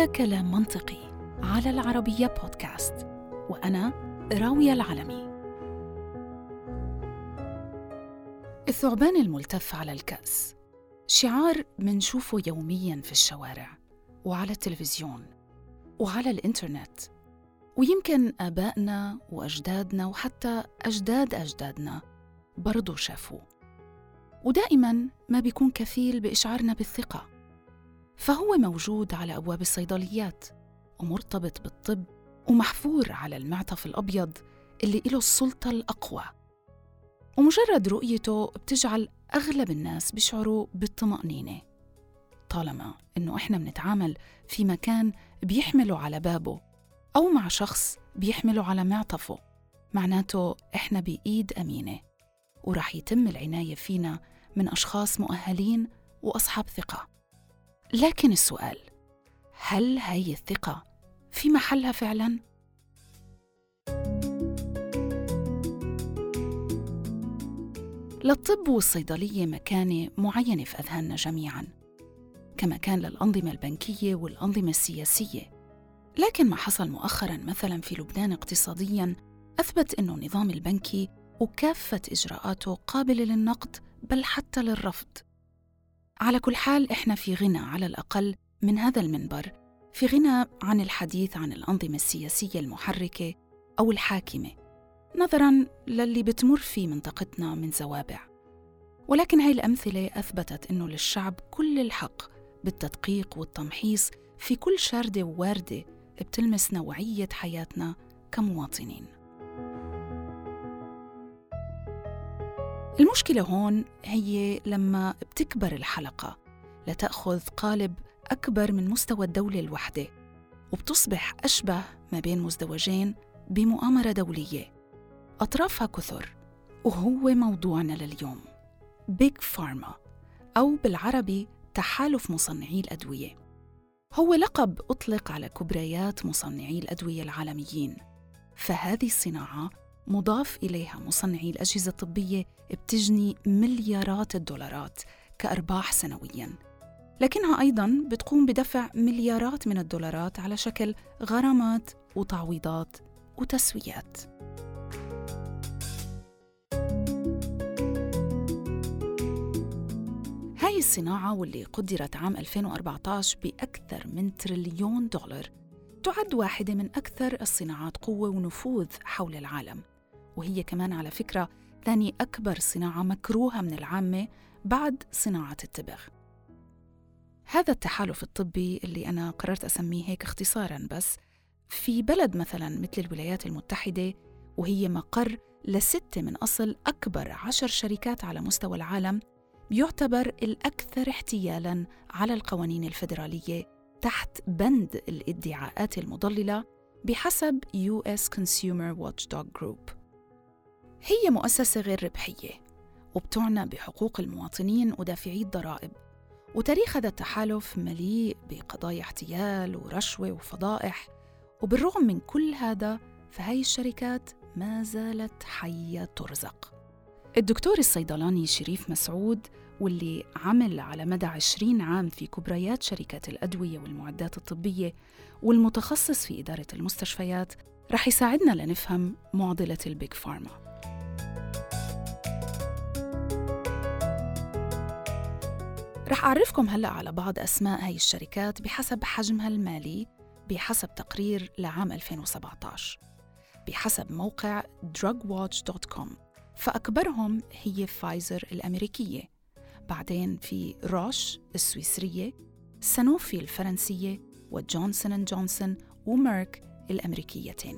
هذا كلام منطقي على العربية بودكاست، وأنا راوية العلمي. الثعبان الملتف على الكأس شعار منشوفه يومياً في الشوارع وعلى التلفزيون وعلى الإنترنت، ويمكن آبائنا وأجدادنا وحتى أجدادنا برضو شافوه، ودائماً ما بيكون كفيل بإشعارنا بالثقة. فهو موجود على أبواب الصيدليات ومرتبط بالطب ومحفور على المعطف الأبيض اللي له السلطة الأقوى، ومجرد رؤيته بتجعل أغلب الناس بيشعروا بالطمأنينة طالما إنه إحنا بنتعامل في مكان بيحمله على بابه أو مع شخص بيحمله على معطفه. معناته إحنا بإيد أمينة ورح يتم العناية فينا من أشخاص مؤهلين وأصحاب ثقة. لكن السؤال، هل هاي الثقة في محلها فعلاً؟ للطب والصيدلية مكانة معينة في أذهاننا جميعاً، كما كان للأنظمة البنكية والأنظمة السياسية. لكن ما حصل مؤخراً مثلاً في لبنان اقتصادياً أثبت أنه النظام البنكي وكافة إجراءاته قابلة للنقد بل حتى للرفض. على كل حال إحنا في غنى على الأقل من هذا المنبر، في غنى عن الحديث عن الأنظمة السياسية المحركة أو الحاكمة نظراً للي بتمر في منطقتنا من زوابع. ولكن هاي الأمثلة أثبتت أنه للشعب كل الحق بالتدقيق والتمحيص في كل شاردة وواردة بتلمس نوعية حياتنا كمواطنين. المشكلة هون هي لما بتكبر الحلقة لتأخذ قالب أكبر من مستوى الدولة الوحدة، وبتصبح أشبه ما بين مزدوجين بمؤامرة دولية أطرافها كثر. وهو موضوعنا لليوم، بيج فارما، أو بالعربي تحالف مصنعي الأدوية. هو لقب أطلق على كبريات مصنعي الأدوية العالميين، فهذه الصناعة مضاف إليها مصنعي الأجهزة الطبية بتجني مليارات الدولارات كأرباح سنوياً، لكنها أيضاً بتقوم بدفع مليارات من الدولارات على شكل غرامات وتعويضات وتسويات. هاي الصناعة واللي قدرت عام 2014 بأكثر من $1 تريليون تعد واحدة من أكثر الصناعات قوة ونفوذ حول العالم، وهي كمان على فكرة ثاني أكبر صناعة مكروهة من العامة بعد صناعة التبغ. هذا التحالف الطبي اللي أنا قررت أسميه هيك اختصاراً بس، في بلد مثلاً مثل الولايات المتحدة، وهي مقر ل6 من أصل أكبر 10 شركات على مستوى العالم، بيعتبر الأكثر احتيالاً على القوانين الفيدرالية تحت بند الادعاءات المضللة بحسب US Consumer Watchdog Group. هي مؤسسة غير ربحية وبتعنى بحقوق المواطنين ودافعي الضرائب، وتاريخ هذا التحالف مليء بقضايا احتيال ورشوة وفضائح. وبالرغم من كل هذا فهي الشركات ما زالت حية ترزق. الدكتور الصيدلاني شريف مسعود، واللي عمل على مدى 20 عام في كبريات شركات الأدوية والمعدات الطبية والمتخصص في إدارة المستشفيات، رح يساعدنا لنفهم معضلة البيج فارما. رح أعرفكم هلأ على بعض أسماء هاي الشركات بحسب حجمها المالي بحسب تقرير لعام 2017 بحسب موقع drugwatch.com. فأكبرهم هي فايزر الأمريكية، بعدين في روش السويسرية، سانوفي الفرنسية، وجونسون اند جونسون وميرك الأمريكيتين.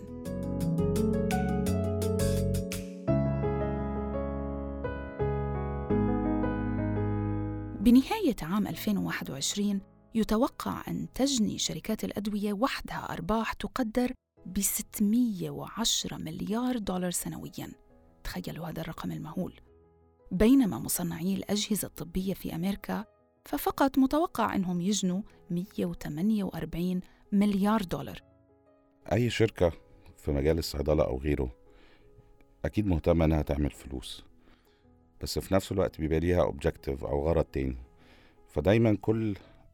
بنهاية عام 2021 يتوقع أن تجني شركات الأدوية وحدها أرباح تقدر ب$610 مليار سنوياً. تخيلوا هذا الرقم المهول. بينما مصنعي الأجهزة الطبية في أمريكا ففقط متوقع أنهم يجنوا $148 مليار. أي شركة في مجال الصيدلة أو غيره أكيد مهتمة أنها تعمل فلوس، بس في نفس الوقت بيبقى ليها objective أو غرض تاني. فدايما كل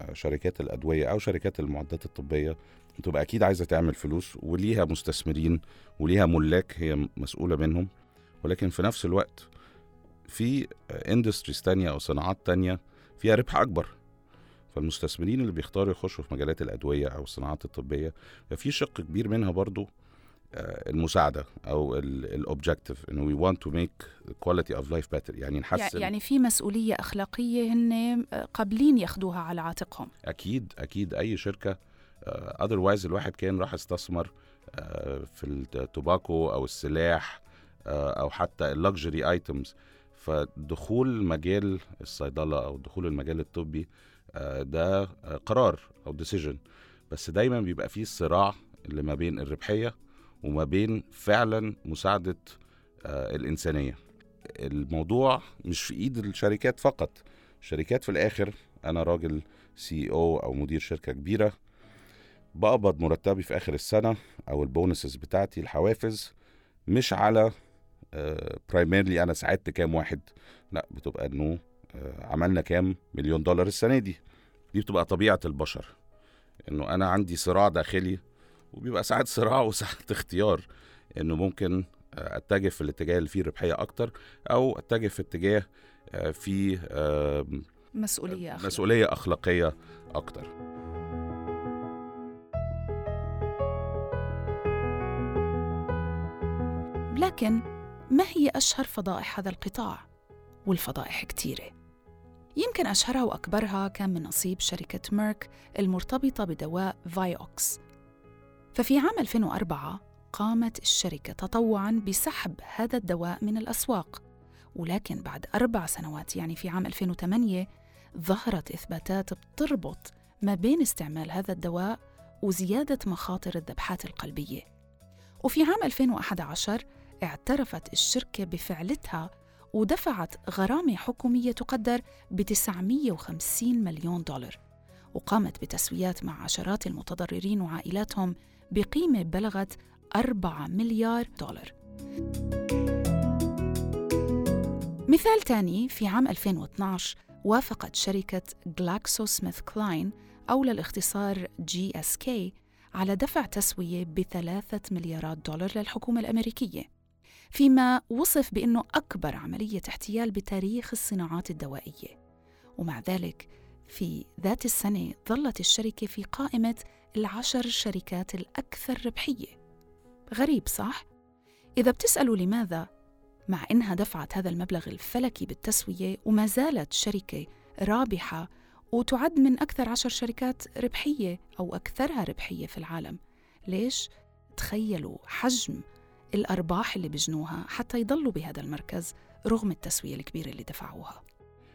شركات الأدوية أو شركات المعدات الطبية بتبقى أكيد عايزة تعمل فلوس، وليها مستثمرين وليها ملاك هي مسؤولة منهم، ولكن في نفس الوقت في اندستريز تانية أو صناعات تانية فيها ربح أكبر. فالمستثمرين اللي بيختاروا يخشوا في مجالات الأدوية أو الصناعات الطبية ففي شق كبير منها برضو المساعدة أو الأوبجكتيف إنه we want to make quality of life better، يعني نحسن. يعني في مسؤولية أخلاقية هن قابلين ياخدوها على عاتقهم. أكيد أي شركة otherwise الواحد كان راح استثمر في التوباكو أو السلاح أو حتى اللكجري ايتمز. فدخول مجال الصيدلة أو دخول المجال الطبي ده قرار أو decision، بس دايما بيبقى فيه الصراع اللي ما بين الربحية وما بين فعلا مساعدة الإنسانية. الموضوع مش في إيد الشركات فقط. الشركات في الآخر أنا راجل CEO أو مدير شركة كبيرة، بقبض مرتبي في آخر السنة أو البونسز بتاعتي الحوافز مش على برايميرلي أنا ساعدت كام واحد، لا، بتبقى إنه عملنا كام مليون دولار السنة دي بتبقى طبيعة البشر، إنه أنا عندي صراع داخلي، وبيبقى ساعات صراع وساعات اختيار، إنه ممكن أتجه في الاتجاه اللي فيه ربحية أكتر أو أتجه في اتجاه فيه مسؤولية أخلاقية أكتر. لكن ما هي أشهر فضائح هذا القطاع؟ والفضائح كتيرة، يمكن أشهرها وأكبرها كان من نصيب شركة ميرك المرتبطة بدواء فايوكس. ففي عام 2004 قامت الشركة تطوعاً بسحب هذا الدواء من الأسواق، ولكن بعد 4 سنوات يعني في عام 2008 ظهرت إثباتات بتربط ما بين استعمال هذا الدواء وزيادة مخاطر الذبحات القلبية. وفي عام 2011 اعترفت الشركة بفعلتها ودفعت غرامة حكومية تقدر ب$950 مليون، وقامت بتسويات مع عشرات المتضررين وعائلاتهم بقيمة بلغت $4 مليار. مثال تاني، في عام 2012 وافقت شركة GlaxoSmithKline أو للاختصار GSK على دفع تسوية ب$3 مليارات للحكومة الأمريكية، فيما وصف بأنه أكبر عملية احتيال بتاريخ الصناعات الدوائية. ومع ذلك في ذات السنة ظلت الشركة في قائمة 10 شركات الأكثر ربحية. غريب صح؟ إذا بتسألوا لماذا مع إنها دفعت هذا المبلغ الفلكي بالتسوية وما زالت شركة رابحة وتعد من أكثر 10 شركات ربحية أو أكثرها ربحية في العالم، ليش؟ تخيلوا حجم الأرباح اللي بجنوها حتى يضلوا بهذا المركز رغم التسوية الكبيرة اللي دفعوها.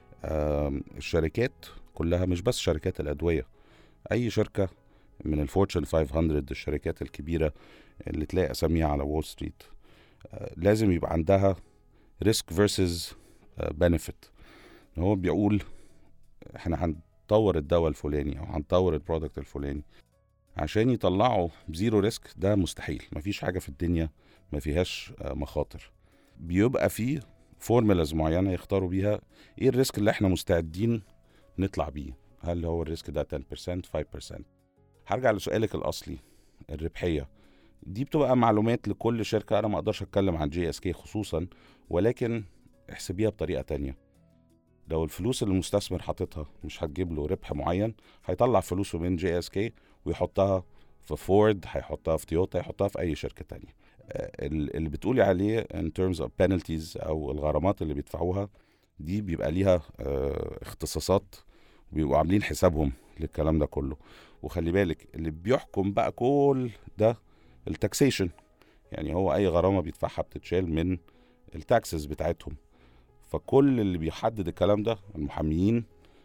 الشركات كلها مش بس شركات الأدوية، أي شركة من الفورتشن 500 الشركات الكبيرة اللي تلاقي أساميها على وول ستريت لازم يبقى عندها risk versus benefit. هو بيقول احنا هنطور الدواء الفلاني أو هنطور البرودكت الفلاني عشان يطلعوا بزيرو ريسك، ده مستحيل. مفيش حاجة في الدنيا ما فيهاش مخاطر. بيبقى فيه فورمولاز معينة يختاروا بيها ايه الريسك اللي احنا مستعدين نطلع بيه. هل هو الريسك ده 10% 5%؟ هرجع لسؤالك الأصلي، الربحية دي بتبقى معلومات لكل شركة. أنا ما أقدرش أتكلم عن GSK خصوصا، ولكن احسبيها بطريقة تانية. لو الفلوس اللي المستثمر حاططها مش هتجيب له ربح معين، هيطلع فلوسه من GSK ويحطها في فورد، هيحطها في تويوتا، هيحطها في أي شركة تانية. اللي بتقولي عليه in terms of penalties أو الغرامات اللي بيدفعوها دي بيبقى ليها اختصاصات، بيبقوا عاملين حسابهم للكلام ده كله. وخلي بالك اللي بيحكم بقى كل ده التاكسيشن، يعني هو أي غرامة بيدفعها بتتشال من التاكسز بتاعتهم. فكل اللي بيحدد الكلام ده المحاميين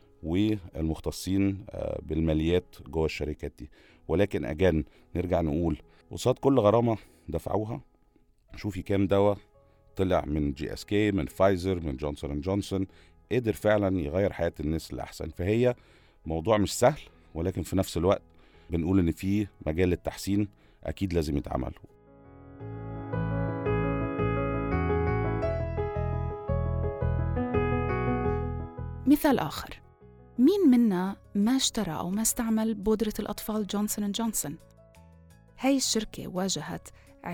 والمختصين بالماليات جوه الشركات دي. ولكن أجان نرجع نقول قصاد كل غرامة دفعوها شوفي كام دواء طلع من GSK، من فايزر، من جونسون اند جونسون، قدر فعلا يغير حياة الناس لأحسن. فهي موضوع مش سهل، ولكن في نفس الوقت بنقول إن في مجال للتحسين أكيد لازم يتعمل. مثال آخر، مين منا ما اشترى أو ما استعمل بودرة الأطفال جونسون & جونسون؟ هاي الشركة واجهت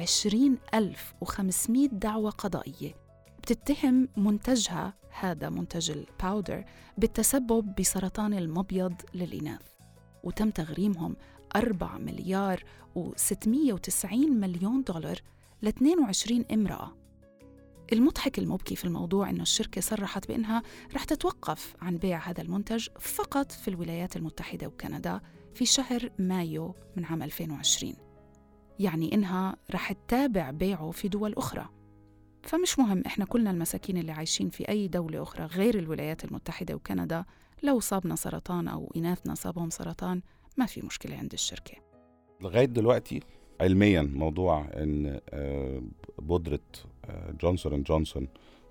20,500 دعوى قضائية بتتهم منتجها، هذا منتج الباودر، بالتسبب بسرطان المبيض للإناث، وتم تغريمهم 4 مليار و690 مليون دولار ل 22 امرأة. المضحك المبكي في الموضوع إنه الشركة صرحت بأنها رح تتوقف عن بيع هذا المنتج فقط في الولايات المتحدة وكندا في شهر مايو من عام 2020، يعني إنها رح تتابع بيعه في دول أخرى. فمش مهم، إحنا كلنا المساكين اللي عايشين في أي دولة أخرى غير الولايات المتحدة وكندا، لو صابنا سرطان أو إناثنا صابهم سرطان ما في مشكلة عند الشركة. لغاية دلوقتي علميا موضوع إن بودرة جونسون & جونسون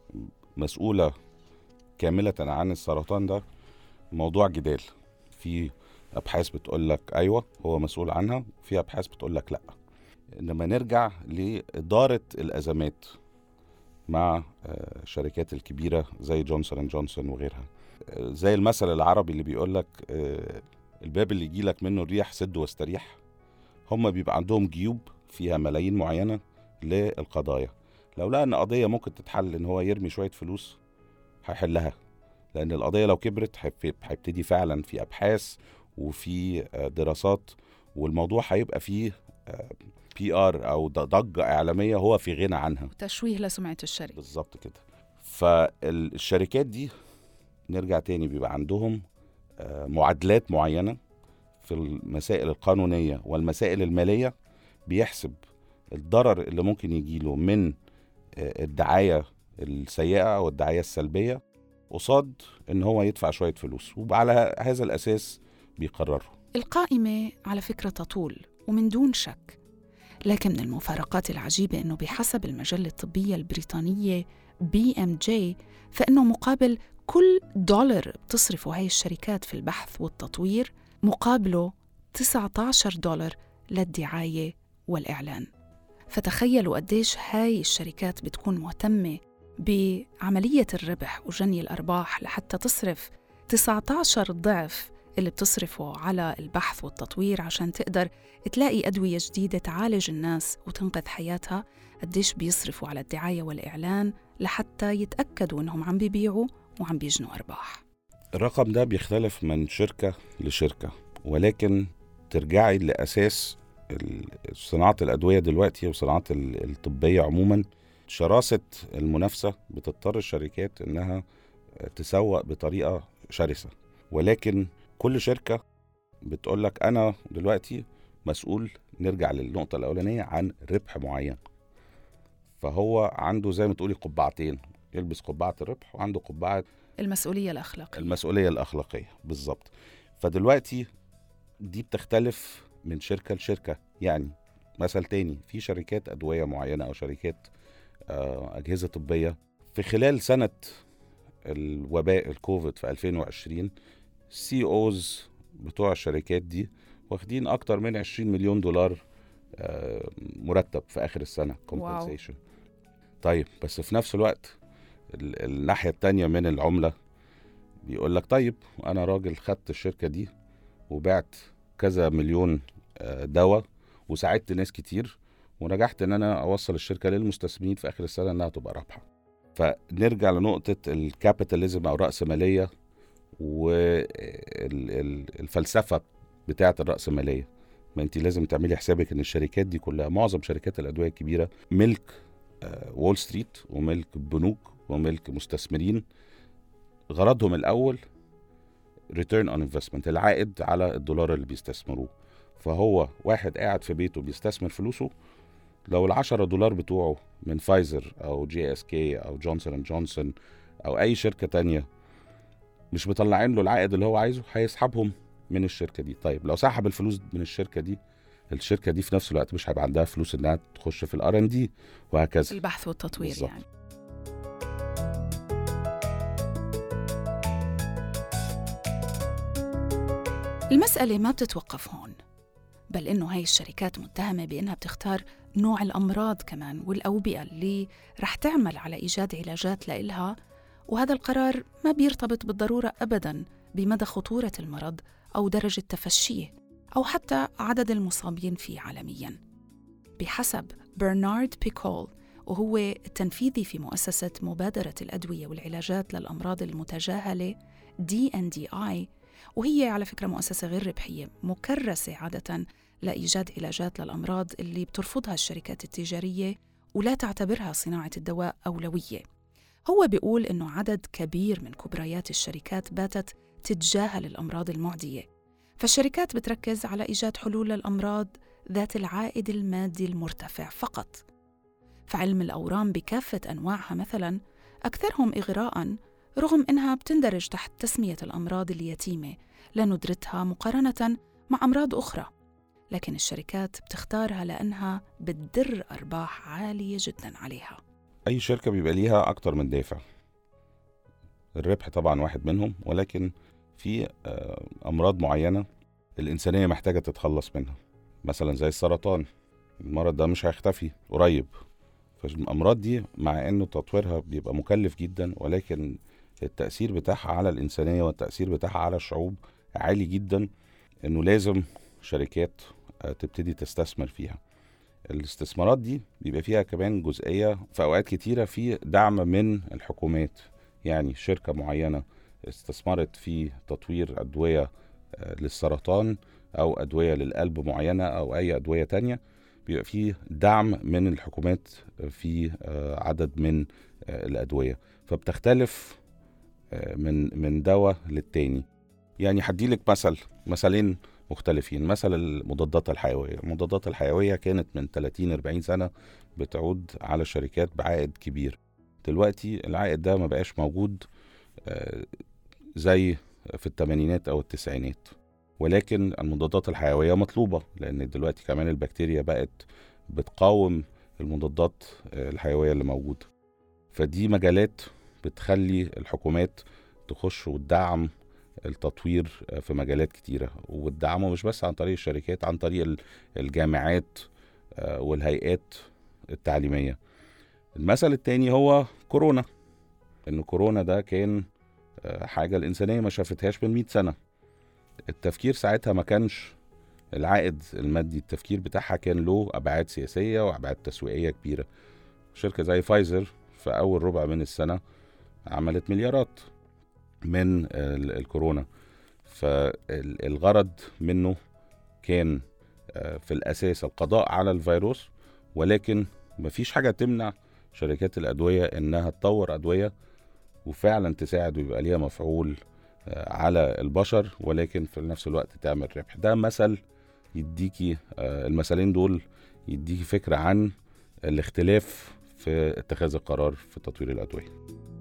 مسؤولة كاملة عن السرطان ده موضوع جدال. في أبحاث بتقول لك أيوة هو مسؤول عنها، وفي أبحاث بتقول لك لأ. إنما نرجع لإدارة الأزمات مع الشركات الكبيرة زي جونسون & جونسون وغيرها، زي المثل العربي اللي بيقول لك الباب اللي يجيلك منه الريح سد واستريح. هم بيبقى عندهم جيوب فيها ملايين معينة للقضايا، لو لقى ان قضية ممكن تتحل ان هو يرمي شوية فلوس هيحلها، لان القضية لو كبرت هيبتدي فعلا في ابحاث وفي دراسات، والموضوع هيبقى فيه PR او ضجة اعلامية هو في غنى عنها، تشويه لسمعة الشركة. بالظبط كده. فالشركات دي نرجع تاني بيبقى عندهم معادلات معينة في المسائل القانونية والمسائل المالية، بيحسب الضرر اللي ممكن يجيله من الدعاية السيئة أو الدعاية السلبية قصاد إن هو يدفع شوية فلوس، وعلى هذا الأساس بيقرروا. القائمة على فكرة تطول ومن دون شك، لكن من المفارقات العجيبة إنه بحسب المجلة الطبية البريطانية BMJ فإنه مقابل كل دولار بتصرفه هاي الشركات في البحث والتطوير مقابله 19 دولار للدعاية والإعلان. فتخيلوا قديش هاي الشركات بتكون مهتمة بعملية الربح وجني الأرباح لحتى تصرف 19 ضعف اللي بتصرفه على البحث والتطوير عشان تقدر تلاقي أدوية جديدة تعالج الناس وتنقذ حياتها. قديش بيصرفوا على الدعاية والإعلان لحتى يتأكدوا إنهم عم بيبيعوا وعم بيجنوا أرباح. الرقم ده بيختلف من شركة لشركة، ولكن ترجعي لأساس صناعة الأدوية دلوقتي وصناعة الطبية عموما، شراسة المنافسة بتضطر الشركات إنها تسوق بطريقة شرسة، ولكن كل شركة بتقولك أنا دلوقتي مسؤول، نرجع للنقطة الأولانية، عن ربح معين. فهو عنده زي ما تقولي قبعتين، يلبس قبعة الربح وعنده قبعة المسؤولية الأخلاقية بالظبط. فدلوقتي دي بتختلف من شركة لشركة. يعني مثل تاني، في شركات أدوية معينة أو شركات أجهزة طبية في خلال سنة الوباء الكوفيد في 2020 CEOs بتوع الشركات دي واخدين أكتر من 20 مليون دولار مرتب في آخر السنة compensation. طيب بس في نفس الوقت الناحية التانية من العملة بيقول لك طيب أنا راجل خدت الشركة دي وبعت كذا مليون دواء وساعدت ناس كتير ونجحت ان انا اوصل الشركة للمستثمرين في اخر السنة انها تبقى رابحة. فنرجع لنقطة الكابيتاليزم او رأسمالية والفلسفة بتاعة الرأسمالية. ما انت لازم تعملي حسابك ان الشركات دي كلها، معظم شركات الادوية الكبيرة، ملك وول ستريت وملك بنوك وملك مستثمرين، غرضهم الاول return on investment، العائد على الدولار اللي بيستثمروه. فهو واحد قاعد في بيته بيستثمر فلوسه، لو $10 بتوعه من فايزر أو GSK أو جونسون & جونسون أو أي شركة تانية مش مطلعين له العائد اللي هو عايزه، هيسحبهم من الشركة دي. طيب لو سحب الفلوس من الشركة دي في نفس الوقت مش هيبقى عندها فلوس إنها تخش في الR&D وهكذا، البحث والتطوير بالزبط. يعني المسألة ما بتتوقف هون، بل إنه هاي الشركات متهمة بإنها بتختار نوع الأمراض كمان والأوبئة اللي رح تعمل على إيجاد علاجات لإلها، وهذا القرار ما بيرتبط بالضرورة أبداً بمدى خطورة المرض أو درجة تفشيه أو حتى عدد المصابين فيه عالمياً. بحسب برنارد بيكول، وهو التنفيذي في مؤسسة مبادرة الأدوية والعلاجات للأمراض المتجاهلة DNDi، وهي على فكرة مؤسسة غير ربحية مكرسة عادة لإيجاد علاجات للأمراض اللي بترفضها الشركات التجارية ولا تعتبرها صناعة الدواء أولوية. هو بيقول إنه عدد كبير من كبريات الشركات باتت تتجاهل الأمراض المعدية، فالشركات بتركز على إيجاد حلول للأمراض ذات العائد المادي المرتفع فقط. فعلم الأورام بكافة أنواعها مثلاً أكثرهم إغراءً، رغم إنها بتندرج تحت تسمية الأمراض اليتيمة لندرتها مقارنة مع أمراض أخرى، لكن الشركات بتختارها لأنها بتدر أرباح عالية جداً عليها. أي شركة بيبقى ليها أكتر من دافع، الربح طبعا واحد منهم، ولكن في أمراض معينة الإنسانية محتاجة تتخلص منها، مثلا زي السرطان. المرض ده مش هيختفي قريب، فالأمراض دي مع أنه تطويرها بيبقى مكلف جدا، ولكن التأثير بتاعها على الإنسانية والتأثير بتاعها على الشعوب عالي جدا، أنه لازم شركات تبتدي تستثمر فيها. الاستثمارات دي بيبقى فيها كمان جزئية في أوقات كتيرة في دعم من الحكومات، يعني شركة معينة استثمرت في تطوير أدوية للسرطان أو أدوية للقلب معينة أو أي أدوية تانية، بيبقى فيه دعم من الحكومات في عدد من الأدوية، فبتختلف من دواء للتاني. يعني هديلك مثلين مختلفين. مثل المضادات الحيوية. المضادات الحيوية كانت من 30-40 سنة بتعود على الشركات بعائد كبير. دلوقتي العائد ده ما بقاش موجود زي في الثمانينات أو التسعينات، ولكن المضادات الحيوية مطلوبة، لأن دلوقتي كمان البكتيريا بقت بتقاوم المضادات الحيوية اللي موجودة. فدي مجالات بتخلي الحكومات تخش وتدعم التطوير في مجالات كتيرة، وتدعمه مش بس عن طريق الشركات، عن طريق الجامعات والهيئات التعليمية. المثل التاني هو كورونا. إن كورونا ده كان حاجة الإنسانية ما شافتهاش من 100 سنة. التفكير ساعتها ما كانش العائد المادي، التفكير بتاعها كان له أبعاد سياسية وأبعاد تسويقية كبيرة. شركة زي فايزر في أول ربع من السنة عملت مليارات من الكورونا. فالغرض منه كان في الأساس القضاء على الفيروس، ولكن مفيش حاجة تمنع شركات الأدوية إنها تطور أدوية وفعلا تساعد ويبقى ليها مفعول على البشر، ولكن في نفس الوقت تعمل ربح. ده مثل يديكي، المثلين دول يديكي فكرة عن الاختلاف في اتخاذ القرار في تطوير الأدوية.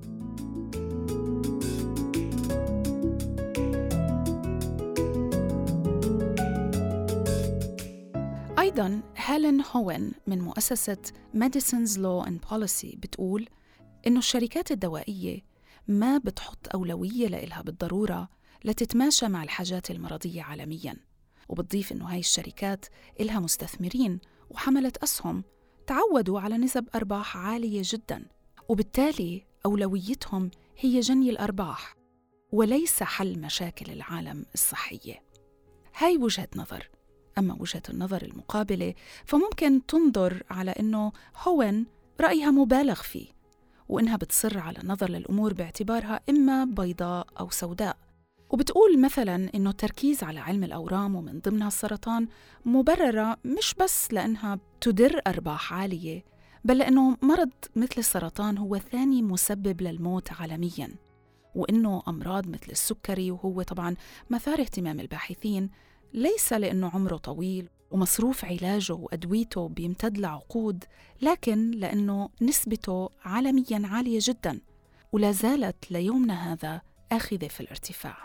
أيضاً هيلين هوين من مؤسسة Medicines Law and Policy بتقول إنه الشركات الدوائية ما بتحط أولوية لإلها بالضرورة لتتماشى مع الحاجات المرضية عالمياً، وبتضيف إنه هاي الشركات إلها مستثمرين وحملة أسهم تعودوا على نسب أرباح عالية جداً، وبالتالي أولويتهم هي جني الأرباح وليس حل مشاكل العالم الصحية. هاي وجهة نظر. أما وجهة النظر المقابلة فممكن تنظر على إنه هوين رأيها مبالغ فيه، وإنها بتصر على النظر للأمور باعتبارها إما بيضاء أو سوداء، وبتقول مثلاً إنه التركيز على علم الأورام ومن ضمنها السرطان مبررة مش بس لأنها تدر أرباح عالية، بل لأنه مرض مثل السرطان هو ثاني مسبب للموت عالمياً، وإنه أمراض مثل السكري، وهو طبعاً مثار اهتمام الباحثين، ليس لأنه عمره طويل ومصروف علاجه وأدويته بيمتد لعقود، لكن لأنه نسبته عالمياً عالية جداً ولا زالت ليومنا هذا آخذة في الارتفاع.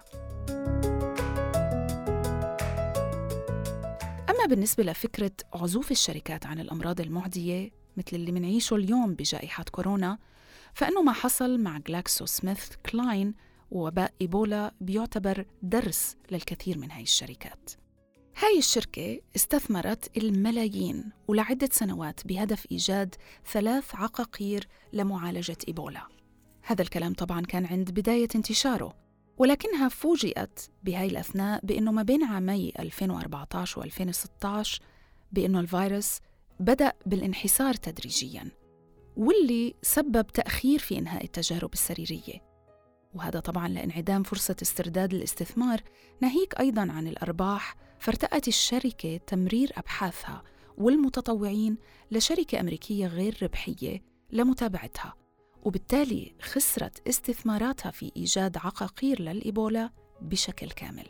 أما بالنسبة لفكرة عزوف الشركات عن الأمراض المعدية مثل اللي منعيشه اليوم بجائحة كورونا، فإنه ما حصل مع جلاكسو سميث كلاين ووباء إيبولا بيعتبر درس للكثير من هاي الشركات. هاي الشركة استثمرت الملايين ولعدة سنوات بهدف إيجاد 3 عقاقير لمعالجة إيبولا. هذا الكلام طبعاً كان عند بداية انتشاره، ولكنها فوجئت بهاي الأثناء بأنه ما بين عامي 2014 و2016 بأنه الفيروس بدأ بالانحسار تدريجياً، واللي سبب تأخير في إنهاء التجارب السريرية، وهذا طبعاً لانعدام فرصة استرداد الاستثمار، ناهيك أيضاً عن الأرباح. فارتأت الشركة تمرير أبحاثها والمتطوعين لشركة أمريكية غير ربحية لمتابعتها، وبالتالي خسرت استثماراتها في إيجاد عقاقير للإيبولا بشكل كامل.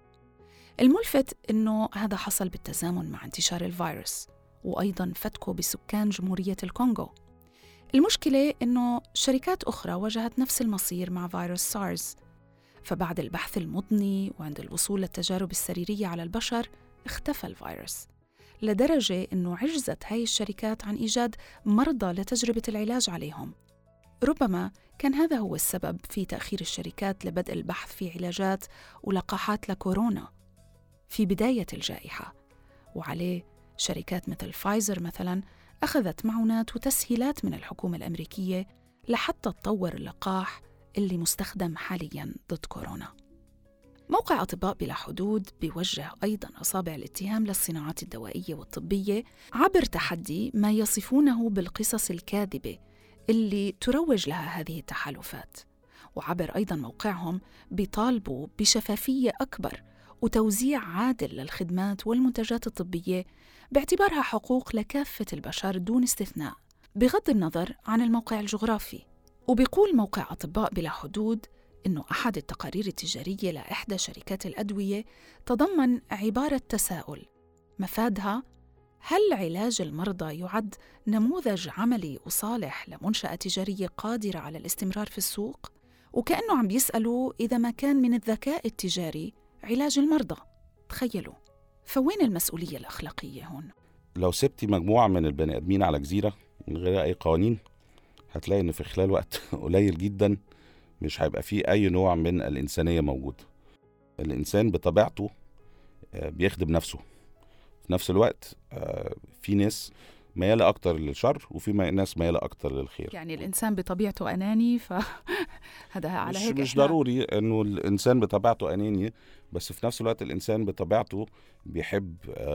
الملفت إنه هذا حصل بالتزامن مع انتشار الفيروس وأيضاً فتكه بسكان جمهورية الكونغو. المشكلة إنه شركات أخرى واجهت نفس المصير مع فيروس سارس، فبعد البحث المضني وعند الوصول للتجارب السريرية على البشر اختفى الفيروس، لدرجة إنه عجزت هاي الشركات عن إيجاد مرضى لتجربة العلاج عليهم. ربما كان هذا هو السبب في تأخير الشركات لبدء البحث في علاجات ولقاحات لكورونا في بداية الجائحة، وعليه شركات مثل فايزر مثلاً أخذت معونات وتسهيلات من الحكومة الأمريكية لحتى تطور اللقاح اللي مستخدم حالياً ضد كورونا. موقع أطباء بلا حدود بيوجه أيضاً أصابع الاتهام للصناعات الدوائية والطبية عبر تحدي ما يصفونه بالقصص الكاذبة اللي تروج لها هذه التحالفات، وعبر أيضاً موقعهم بيطالبوا بشفافية أكبر وتوزيع عادل للخدمات والمنتجات الطبية باعتبارها حقوق لكافة البشر دون استثناء، بغض النظر عن الموقع الجغرافي. وبيقول موقع أطباء بلا حدود إنه أحد التقارير التجارية لإحدى شركات الأدوية تضمن عبارة تساؤل مفادها: هل علاج المرضى يعد نموذج عملي وصالح لمنشأة تجارية قادرة على الاستمرار في السوق؟ وكأنه عم بيسألوا إذا ما كان من الذكاء التجاري علاج المرضى. تخيلوا، فوين المسؤولية الأخلاقية هون؟ لو سبتي مجموعة من البني آدمين على جزيرة من غير أي قوانين، هتلاقي إن في خلال وقت قليل جدا مش هيبقى فيه أي نوع من الإنسانية موجود. الإنسان بطبيعته بيخدم نفسه، في نفس الوقت في ناس ميالة أكتر للشر وفي ناس ميالة أكتر للخير. يعني الإنسان بطبيعته أناني، فهذا على هيك مش ضروري إنه الإنسان بطبيعته أناني، بس في نفس الوقت الإنسان بطبيعته بيحب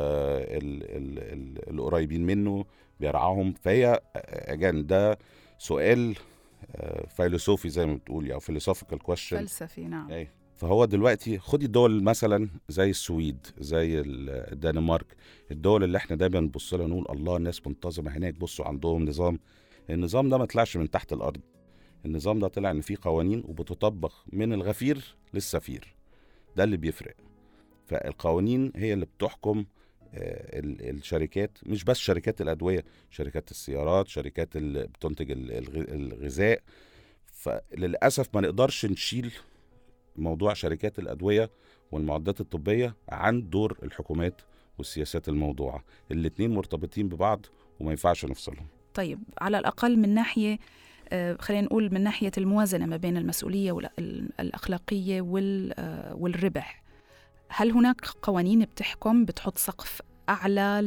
القريبين منه، بيرعاهم. فهي أجان ده سؤال فيلسوفي زي ما بتقولي، أو philosophical question، فلسفي. نعم. فهو دلوقتي خدي الدول مثلا زي السويد، زي الدنمارك، الدول اللي احنا دايما نبص لها نقول الله الناس منتظمه هناك، بصوا عندهم نظام. النظام ده ما طلعش من تحت الارض، النظام ده طلع ان فيه قوانين وبتطبق من الغفير للسفير. ده اللي بيفرق. فالقوانين هي اللي بتحكم الشركات، مش بس شركات الادويه، شركات السيارات، شركات اللي بتنتج الغذاء. فللاسف ما نقدرش نشيل موضوع شركات الأدوية والمعدات الطبية عن دور الحكومات والسياسات الموضوعة. الاتنين مرتبطين ببعض وما ينفعش نفصلهم. طيب، على الأقل من ناحية خلينا نقول من ناحية الموازنة ما بين المسؤولية الأخلاقية والربح، هل هناك قوانين بتحط سقف أعلى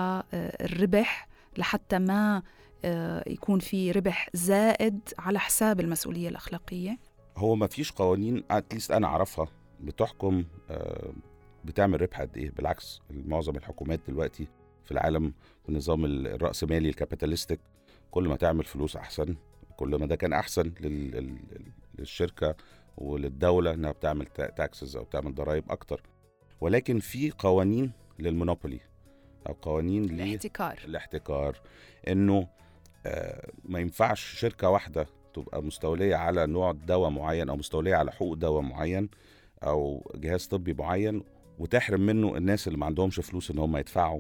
للربح لحتى ما يكون في ربح زائد على حساب المسؤولية الأخلاقية؟ هو ما فيش قوانين اتليست انا اعرفها بتحكم بتعمل ربح قد ايه. بالعكس، معظم الحكومات دلوقتي في العالم بالنظام الرأسمالي الكابيتاليستيك، كل ما تعمل فلوس احسن، كل ما ده كان احسن للشركة وللدولة انها بتعمل تاكسز او بتعمل ضرائب اكتر. ولكن في قوانين للمونوبولي او قوانين الاحتكار، انه ما ينفعش شركة واحدة تبقى مستولية على نوع دواء معين أو مستولية على حقوق دواء معين أو جهاز طبي معين وتحرم منه الناس اللي ما عندهمش فلوس إن هم يدفعوا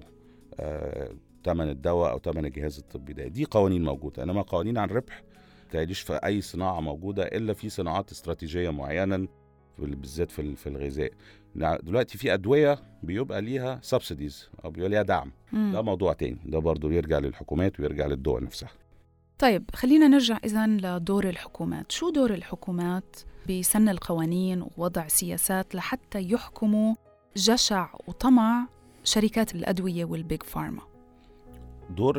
تمن الدواء أو تمن الجهاز الطبي ده. دي قوانين موجودة. إنما قوانين عن ربح تعيش في أي صناعة موجودة إلا في صناعات استراتيجية معينة، بالذات في الغذاء. دلوقتي في أدوية بيبقى ليها سبسيديز أو بيبقى ليها دعم. ده موضوع تاني، ده برضو يرجع للحكومات ويرجع للدول نفسها. طيب، خلينا نرجع إذن لدور الحكومات. شو دور الحكومات بسن القوانين ووضع سياسات لحتى يحكموا جشع وطمع شركات الأدوية والبيج فارما؟ دور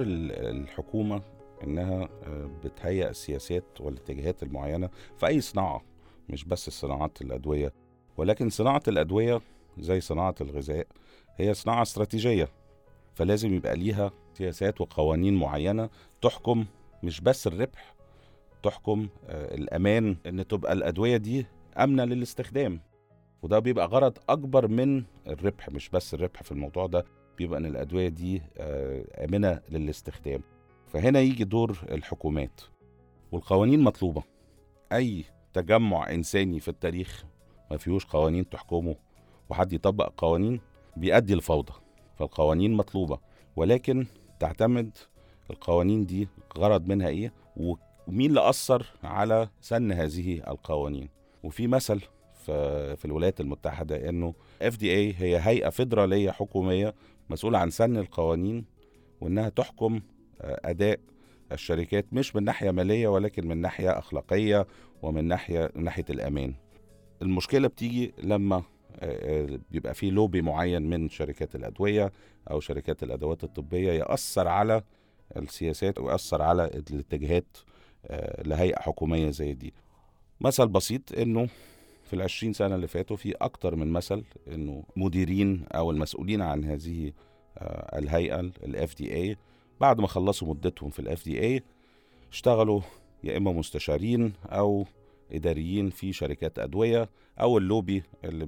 الحكومة إنها بتهيئ السياسات والاتجاهات المعينة في أي صناعة، مش بس صناعات الأدوية، ولكن صناعة الأدوية زي صناعة الغذاء هي صناعة استراتيجية، فلازم يبقى ليها سياسات وقوانين معينة تحكم مش بس الربح، تحكم الأمان، إن تبقى الأدوية دي آمنة للاستخدام. وده بيبقى غرض أكبر من الربح، مش بس الربح في الموضوع ده، بيبقى إن الأدوية دي آمنة للاستخدام. فهنا يجي دور الحكومات، والقوانين مطلوبة. أي تجمع إنساني في التاريخ ما فيهوش قوانين تحكمه وحد يطبق قوانين بيؤدي الفوضى. فالقوانين مطلوبة، ولكن تعتمد القوانين دي غرض منها إيه، ومين اللي أثر على سن هذه القوانين. وفي مثل في الولايات المتحدة إنه FDA هي هيئة فيدرالية حكومية مسؤولة عن سن القوانين، وإنها تحكم أداء الشركات مش من ناحية مالية ولكن من ناحية أخلاقية ومن ناحية الأمان. المشكلة بتيجي لما بيبقى فيه لوبي معين من شركات الأدوية أو شركات الأدوات الطبية يأثر على السياسات ويأثر على الاتجاهات لهيئة حكومية زي دي. مثل بسيط إنه في 20 سنة اللي فاتوا في أكتر من مثل إنه مديرين أو المسؤولين عن هذه الهيئة ال FDA بعد ما خلصوا مدتهم في ال FDA اشتغلوا يا إما مستشارين أو إداريين في شركات أدوية أو اللوبي اللي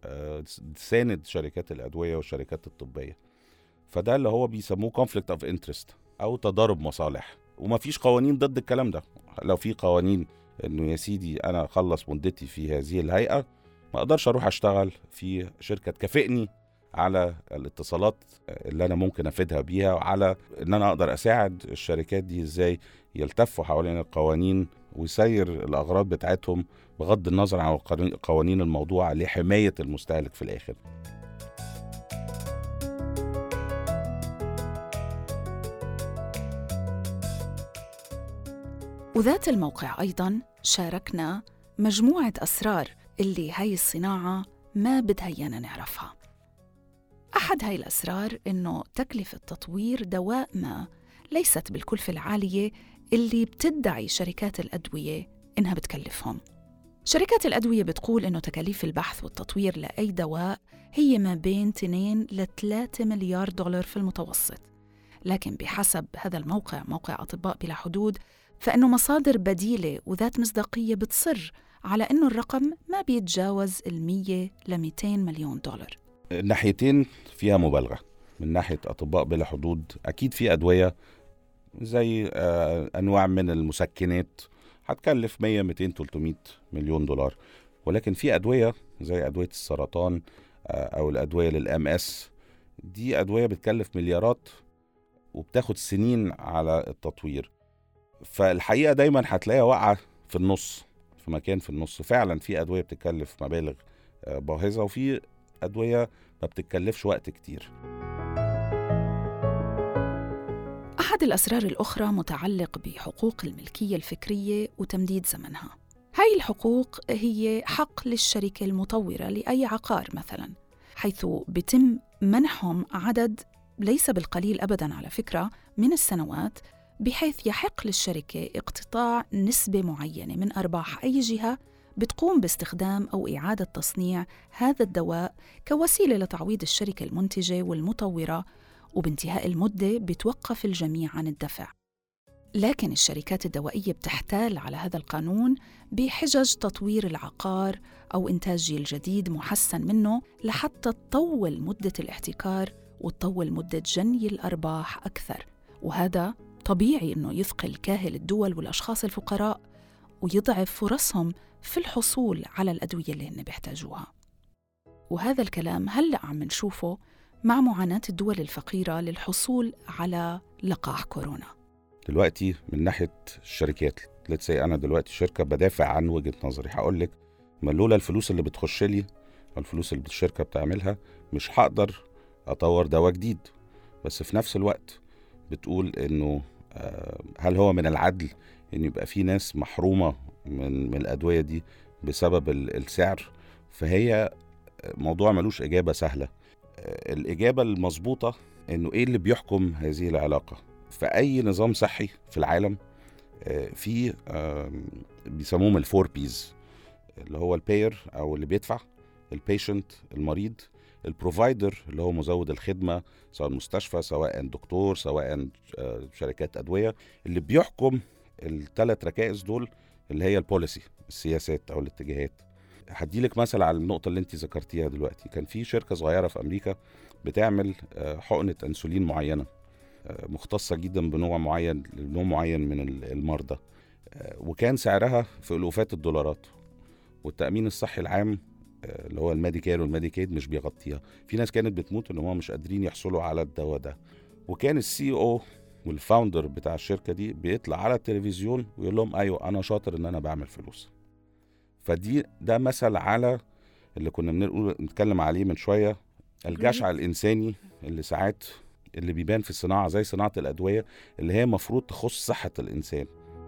بيساند شركات الأدوية والشركات الطبية. فده اللي هو بيسموه conflict of interest أو تضارب مصالح، وما فيش قوانين ضد الكلام ده. لو في قوانين إنه يا سيدي أنا أخلص مدتي في هذه الهيئة، ما أقدرش أروح أشتغل في شركة تكافئني على الاتصالات اللي أنا ممكن أفيدها بيها، وعلى إن أنا أقدر أساعد الشركات دي إزاي يلتفوا حوالين القوانين ويسير الأغراض بتاعتهم بغض النظر عن قوانين الموضوع لحماية المستهلك في الآخر. وذات الموقع أيضاً شاركنا مجموعة أسرار اللي هاي الصناعة ما بدها إيانا نعرفها. أحد هاي الأسرار إنه تكلفة تطوير دواء ما ليست بالكلفة العالية اللي بتدعي شركات الأدوية إنها بتكلفهم. شركات الأدوية بتقول إنه تكاليف البحث والتطوير لأي دواء هي ما بين 2 ل 3 مليار دولار في المتوسط، لكن بحسب هذا الموقع، موقع أطباء بلا حدود، فإنه مصادر بديلة وذات مصداقية بتصر على إنه الرقم ما بيتجاوز 100 ل 200 مليون دولار. الناحيتين فيها مبالغة. من ناحية أطباء بلا حدود أكيد في أدوية زي أنواع من المسكنات هتكلف 100 200 300 مليون دولار، ولكن في أدوية زي أدوية السرطان أو الأدوية للMS، دي أدوية بتكلف مليارات وبتاخد سنين على التطوير. فالحقيقة دايما هتلاقيها واقعة في النص، في مكان في النص. فعلا في أدوية بتكلف مبالغ باهظة، وفي أدوية ما بتتكلفش وقت كتير. أحد الأسرار الأخرى متعلق بحقوق الملكية الفكرية وتمديد زمنها. هاي الحقوق هي حق للشركة المطورة لأي عقار مثلا، حيث بتم منحهم عدد ليس بالقليل أبداً على فكرة من السنوات، بحيث يحق للشركة اقتطاع نسبة معينة من أرباح أي جهة بتقوم باستخدام أو إعادة تصنيع هذا الدواء كوسيلة لتعويض الشركة المنتجة والمطورة، وبانتهاء المدة بتوقف الجميع عن الدفع. لكن الشركات الدوائية بتحتال على هذا القانون بحجج تطوير العقار أو إنتاج جيل جديد محسن منه لحتى تطول مدة الاحتكار وتطول مدة جني الأرباح أكثر. وهذا طبيعي إنه يثقل كاهل الدول والأشخاص الفقراء ويضعف فرصهم في الحصول على الأدوية اللي هن بيحتاجوها. وهذا الكلام هلأ عم نشوفه مع معاناة الدول الفقيرة للحصول على لقاح كورونا. دلوقتي من ناحية الشركات، أنا دلوقتي شركة بدافع عن وجهة نظري، هقولك ما لولا الفلوس اللي بتخش لي، الفلوس اللي الشركة بتعملها، مش هقدر أطور دواء جديد. بس في نفس الوقت بتقول إنه هل هو من العدل إن يبقى في ناس محرومة من الأدوية دي بسبب السعر؟ فهي موضوع ملوش إجابة سهلة. الإجابة المظبوطة إنه إيه اللي بيحكم هذه العلاقة. في أي نظام صحي في العالم في بيسموهم الفور بيز: اللي هو الباير أو اللي بيدفع، البيشنت المريض، البروفايدر اللي هو مزود الخدمة سواء مستشفى سواء دكتور سواء شركات أدوية. اللي بيحكم الثلاث ركائز دول اللي هي البوليسي، السياسات أو الاتجاهات. هديلك مثل على النقطة اللي انت ذكرتيها دلوقتي. كان في شركة صغيرة في أمريكا بتعمل حقنة أنسولين معينة مختصة جدا بنوع معين لنوع معين من المرضى، وكان سعرها في ألوفات الدولارات، والتأمين الصحي العام اللي هو الميديكير والميديكيد مش بيغطيها. في ناس كانت بتموت ان هم مش قادرين يحصلوا على الدواء ده. وكان السي او والفاوندر بتاع الشركة دي بيطلع على التلفزيون ويقول لهم ايوه انا شاطر ان انا بعمل فلوس. ده مثل على اللي كنا بنتكلم عليه من شوية، الجشع الإنساني اللي ساعات اللي بيبان في الصناعة زي صناعة الأدوية اللي هي مفروض تخص صحة الإنسان.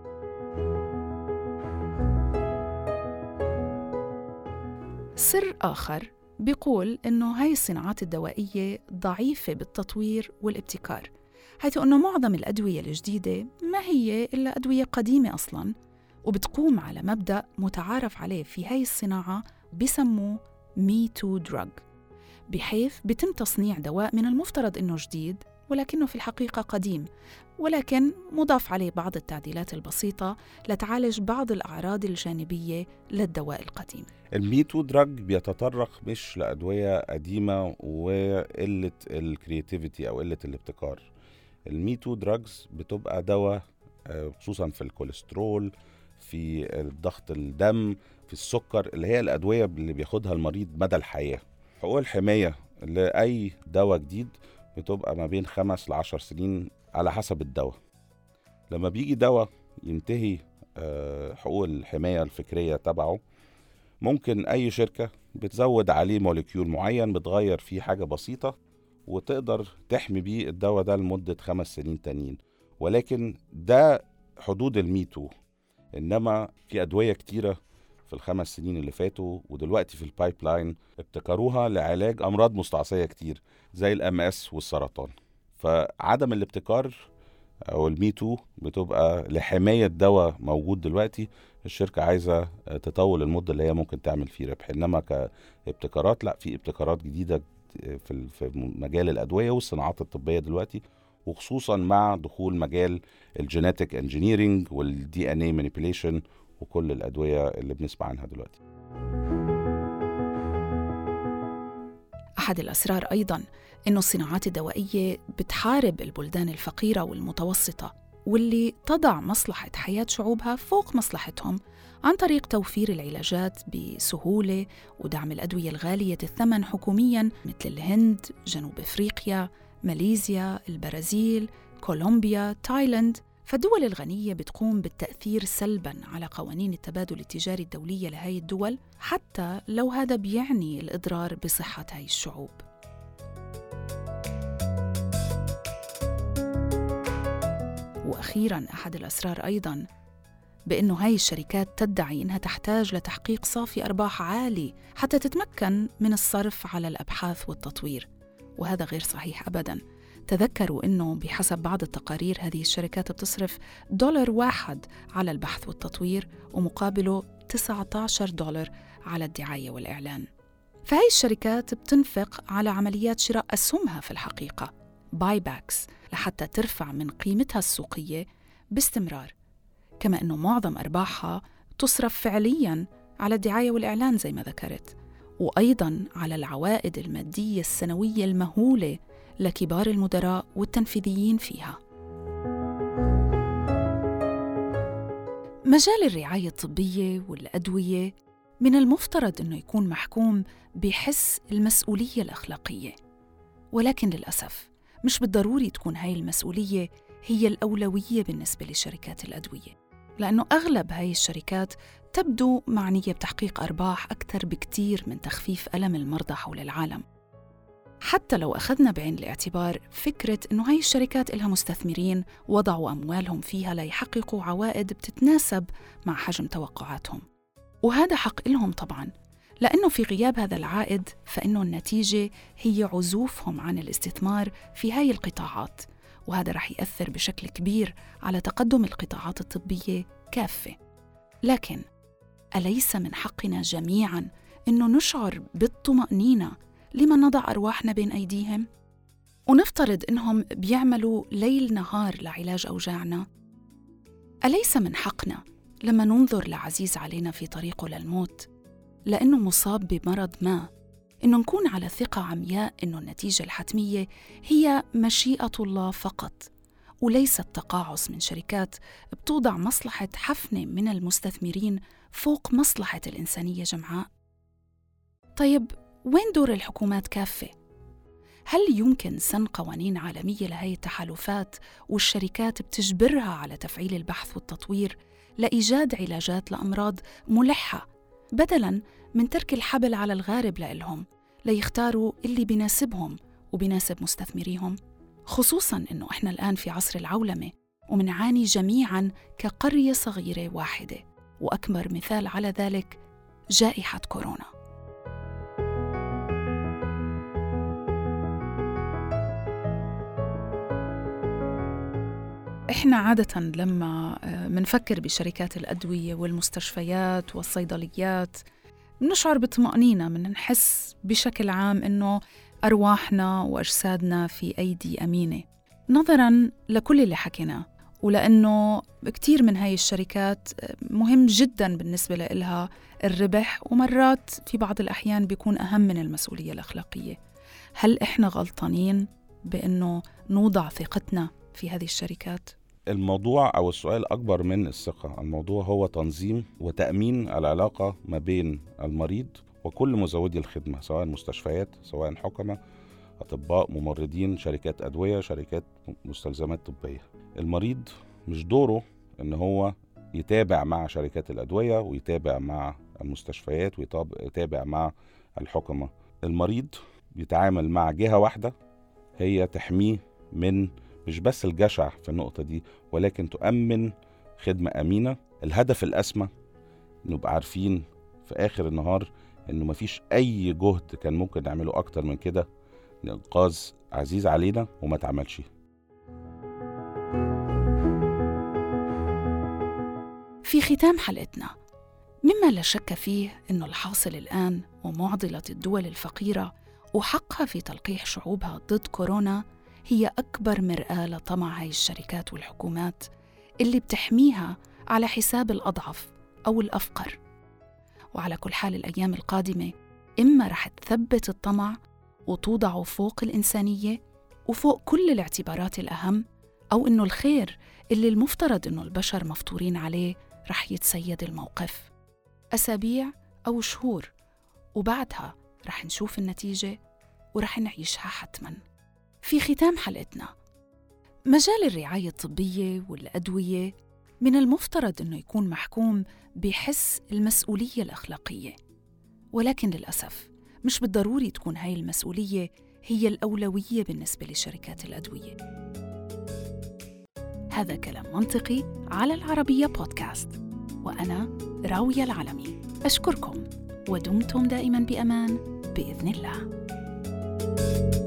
سر آخر بيقول إنه هاي الصناعات الدوائية ضعيفة بالتطوير والابتكار، حيث أنه معظم الأدوية الجديدة ما هي إلا أدوية قديمة أصلاً، وبتقوم على مبدأ متعارف عليه في هاي الصناعة بسموه Me Too Drug، بحيث بيتم تصنيع دواء من المفترض إنه جديد ولكنه في الحقيقة قديم، ولكن مضاف عليه بعض التعديلات البسيطة لتعالج بعض الأعراض الجانبية للدواء القديم. الميتو دراج بيتطرق مش لأدوية قديمة وقلة الكرياتيفيتي أو قلة الابتكار. الميتو دراجز بتبقى دواء خصوصا في الكوليسترول، في ضغط الدم، في السكر، اللي هي الأدوية اللي بياخدها المريض مدى الحياة. حقوق الحماية لأي دواء جديد بتبقى ما بين 5 ل10 سنين على حسب الدواء. لما بيجي دواء ينتهي حقوق الحماية الفكرية تبعه، ممكن أي شركة بتزود عليه موليكيول معين، بتغير فيه حاجة بسيطة وتقدر تحمي بيه الدواء ده لمدة 5 سنين تانيين، ولكن ده حدود الميتو. إنما في أدوية كتيرة في ال5 سنين اللي فاتوا ودلوقتي في البايب لاين ابتكروها لعلاج أمراض مستعصية كتير زي الMS والسرطان. فعدم الابتكار أو الميتو بتبقى لحماية دواء موجود دلوقتي الشركة عايزة تطول المدة اللي هي ممكن تعمل فيه ربح. إنما كابتكارات لا، في ابتكارات جديدة في مجال الأدوية والصناعات الطبية دلوقتي، وخصوصا مع دخول مجال الجينيتيك انجينيرينج والدي ان اي مانيبيوليشن وكل الأدوية اللي بنسمع عنها دلوقتي. أحد الأسرار أيضاً إنه الصناعات الدوائية بتحارب البلدان الفقيرة والمتوسطة واللي تضع مصلحة حياة شعوبها فوق مصلحتهم عن طريق توفير العلاجات بسهولة ودعم الأدوية الغالية الثمن حكومياً مثل الهند، جنوب أفريقيا، ماليزيا، البرازيل، كولومبيا، تايلاند. فالدول الغنية بتقوم بالتأثير سلباً على قوانين التبادل التجاري الدولية لهاي الدول، حتى لو هذا بيعني الإضرار بصحة هاي الشعوب. وأخيراً أحد الأسرار أيضاً بأنه هاي الشركات تدعي أنها تحتاج لتحقيق صافي أرباح عالي حتى تتمكن من الصرف على الأبحاث والتطوير، وهذا غير صحيح أبداً. تذكروا أنه بحسب بعض التقارير هذه الشركات بتصرف $1 على البحث والتطوير ومقابله $19 على الدعاية والإعلان. فهي الشركات بتنفق على عمليات شراء أسهمها في الحقيقة بايباكس لحتى ترفع من قيمتها السوقية باستمرار، كما أنه معظم أرباحها تصرف فعلياً على الدعاية والإعلان زي ما ذكرت، وأيضاً على العوائد المادية السنوية المهولة لكبار المدراء والتنفيذيين فيها. مجال الرعاية الطبية والأدوية من المفترض أنه يكون محكوم بحس المسؤولية الأخلاقية، ولكن للأسف مش بالضروري تكون هاي المسؤولية هي الأولوية بالنسبة لشركات الأدوية، لأنه أغلب هاي الشركات تبدو معنية بتحقيق أرباح أكثر بكتير من تخفيف ألم المرضى حول العالم. حتى لو أخذنا بعين الاعتبار فكرة أنه هاي الشركات إلها مستثمرين وضعوا أموالهم فيها ليحققوا عوائد بتتناسب مع حجم توقعاتهم، وهذا حق لهم طبعاً، لأنه في غياب هذا العائد فإنه النتيجة هي عزوفهم عن الاستثمار في هاي القطاعات، وهذا رح يأثر بشكل كبير على تقدم القطاعات الطبية كافة. لكن أليس من حقنا جميعاً إنه نشعر بالطمأنينة لما نضع أرواحنا بين أيديهم؟ ونفترض إنهم بيعملوا ليل نهار لعلاج أوجاعنا. أليس من حقنا لما ننظر لعزيز علينا في طريقه للموت لأنه مصاب بمرض ما، إنه نكون على ثقة عمياء إنه النتيجة الحتمية هي مشيئة الله فقط، وليس التقاعس من شركات بتوضع مصلحة حفنة من المستثمرين فوق مصلحة الإنسانية جمعاء؟ طيب وين دور الحكومات كافة؟ هل يمكن سن قوانين عالمية لهي التحالفات والشركات بتجبرها على تفعيل البحث والتطوير لإيجاد علاجات لأمراض ملحة بدلاً من ترك الحبل على الغارب لإلهم ليختاروا اللي بيناسبهم وبيناسب مستثمريهم؟ خصوصاً إنه إحنا الآن في عصر العولمة ومنعاني جميعاً كقرية صغيرة واحدة، وأكبر مثال على ذلك جائحة كورونا. إحنا عادة لما منفكر بشركات الأدوية والمستشفيات والصيدليات بنشعر بطمأنينة، منحس بشكل عام إنه أرواحنا وأجسادنا في أيدي أمينة، نظراً لكل اللي حكيناه، ولأنه كتير من هاي الشركات مهم جداً بالنسبة لها الربح، ومرات في بعض الأحيان بيكون أهم من المسؤولية الأخلاقية. هل إحنا غلطانين بأنه نوضع ثقتنا في هذه الشركات؟ الموضوع أو السؤال أكبر من الثقة، الموضوع هو تنظيم وتأمين العلاقة ما بين المريض وكل مزودي الخدمة، سواء مستشفيات، سواء حكمة، أطباء، ممرضين، شركات أدوية، شركات مستلزمات طبية. المريض مش دوره إن هو يتابع مع شركات الأدوية ويتابع مع المستشفيات ويتابع مع الحكمة. المريض بيتعامل مع جهة واحدة هي تحميه من مش بس الجشع في النقطة دي، ولكن تؤمن خدمة أمينة. الهدف الأسمى نبقى عارفين في آخر النهار إنه مفيش أي جهد كان ممكن نعمله أكتر من كده لإنقاذ عزيز علينا وما تعملش. في ختام حلقتنا، مما لا شك فيه إنه الحاصل الآن ومعضلة الدول الفقيرة وحقها في تلقيح شعوبها ضد كورونا هي أكبر مرآة لطمع هاي الشركات والحكومات اللي بتحميها على حساب الأضعف أو الأفقر. وعلى كل حال الأيام القادمة إما رح تثبت الطمع وتوضعه فوق الإنسانية وفوق كل الاعتبارات الأهم، أو إنه الخير اللي المفترض إنه البشر مفطورين عليه رح يتسيد الموقف. أسابيع أو شهور وبعدها رح نشوف النتيجة ورح نعيشها حتماً. في ختام حلقتنا، مجال الرعاية الطبية والأدوية من المفترض أنه يكون محكوم بحس المسؤولية الأخلاقية، ولكن للأسف مش بالضروري تكون هاي المسؤولية هي الأولوية بالنسبة لشركات الأدوية. هذا كلام منطقي على العربية بودكاست، وأنا راوية العلمي. أشكركم ودمتم دائماً بأمان بإذن الله.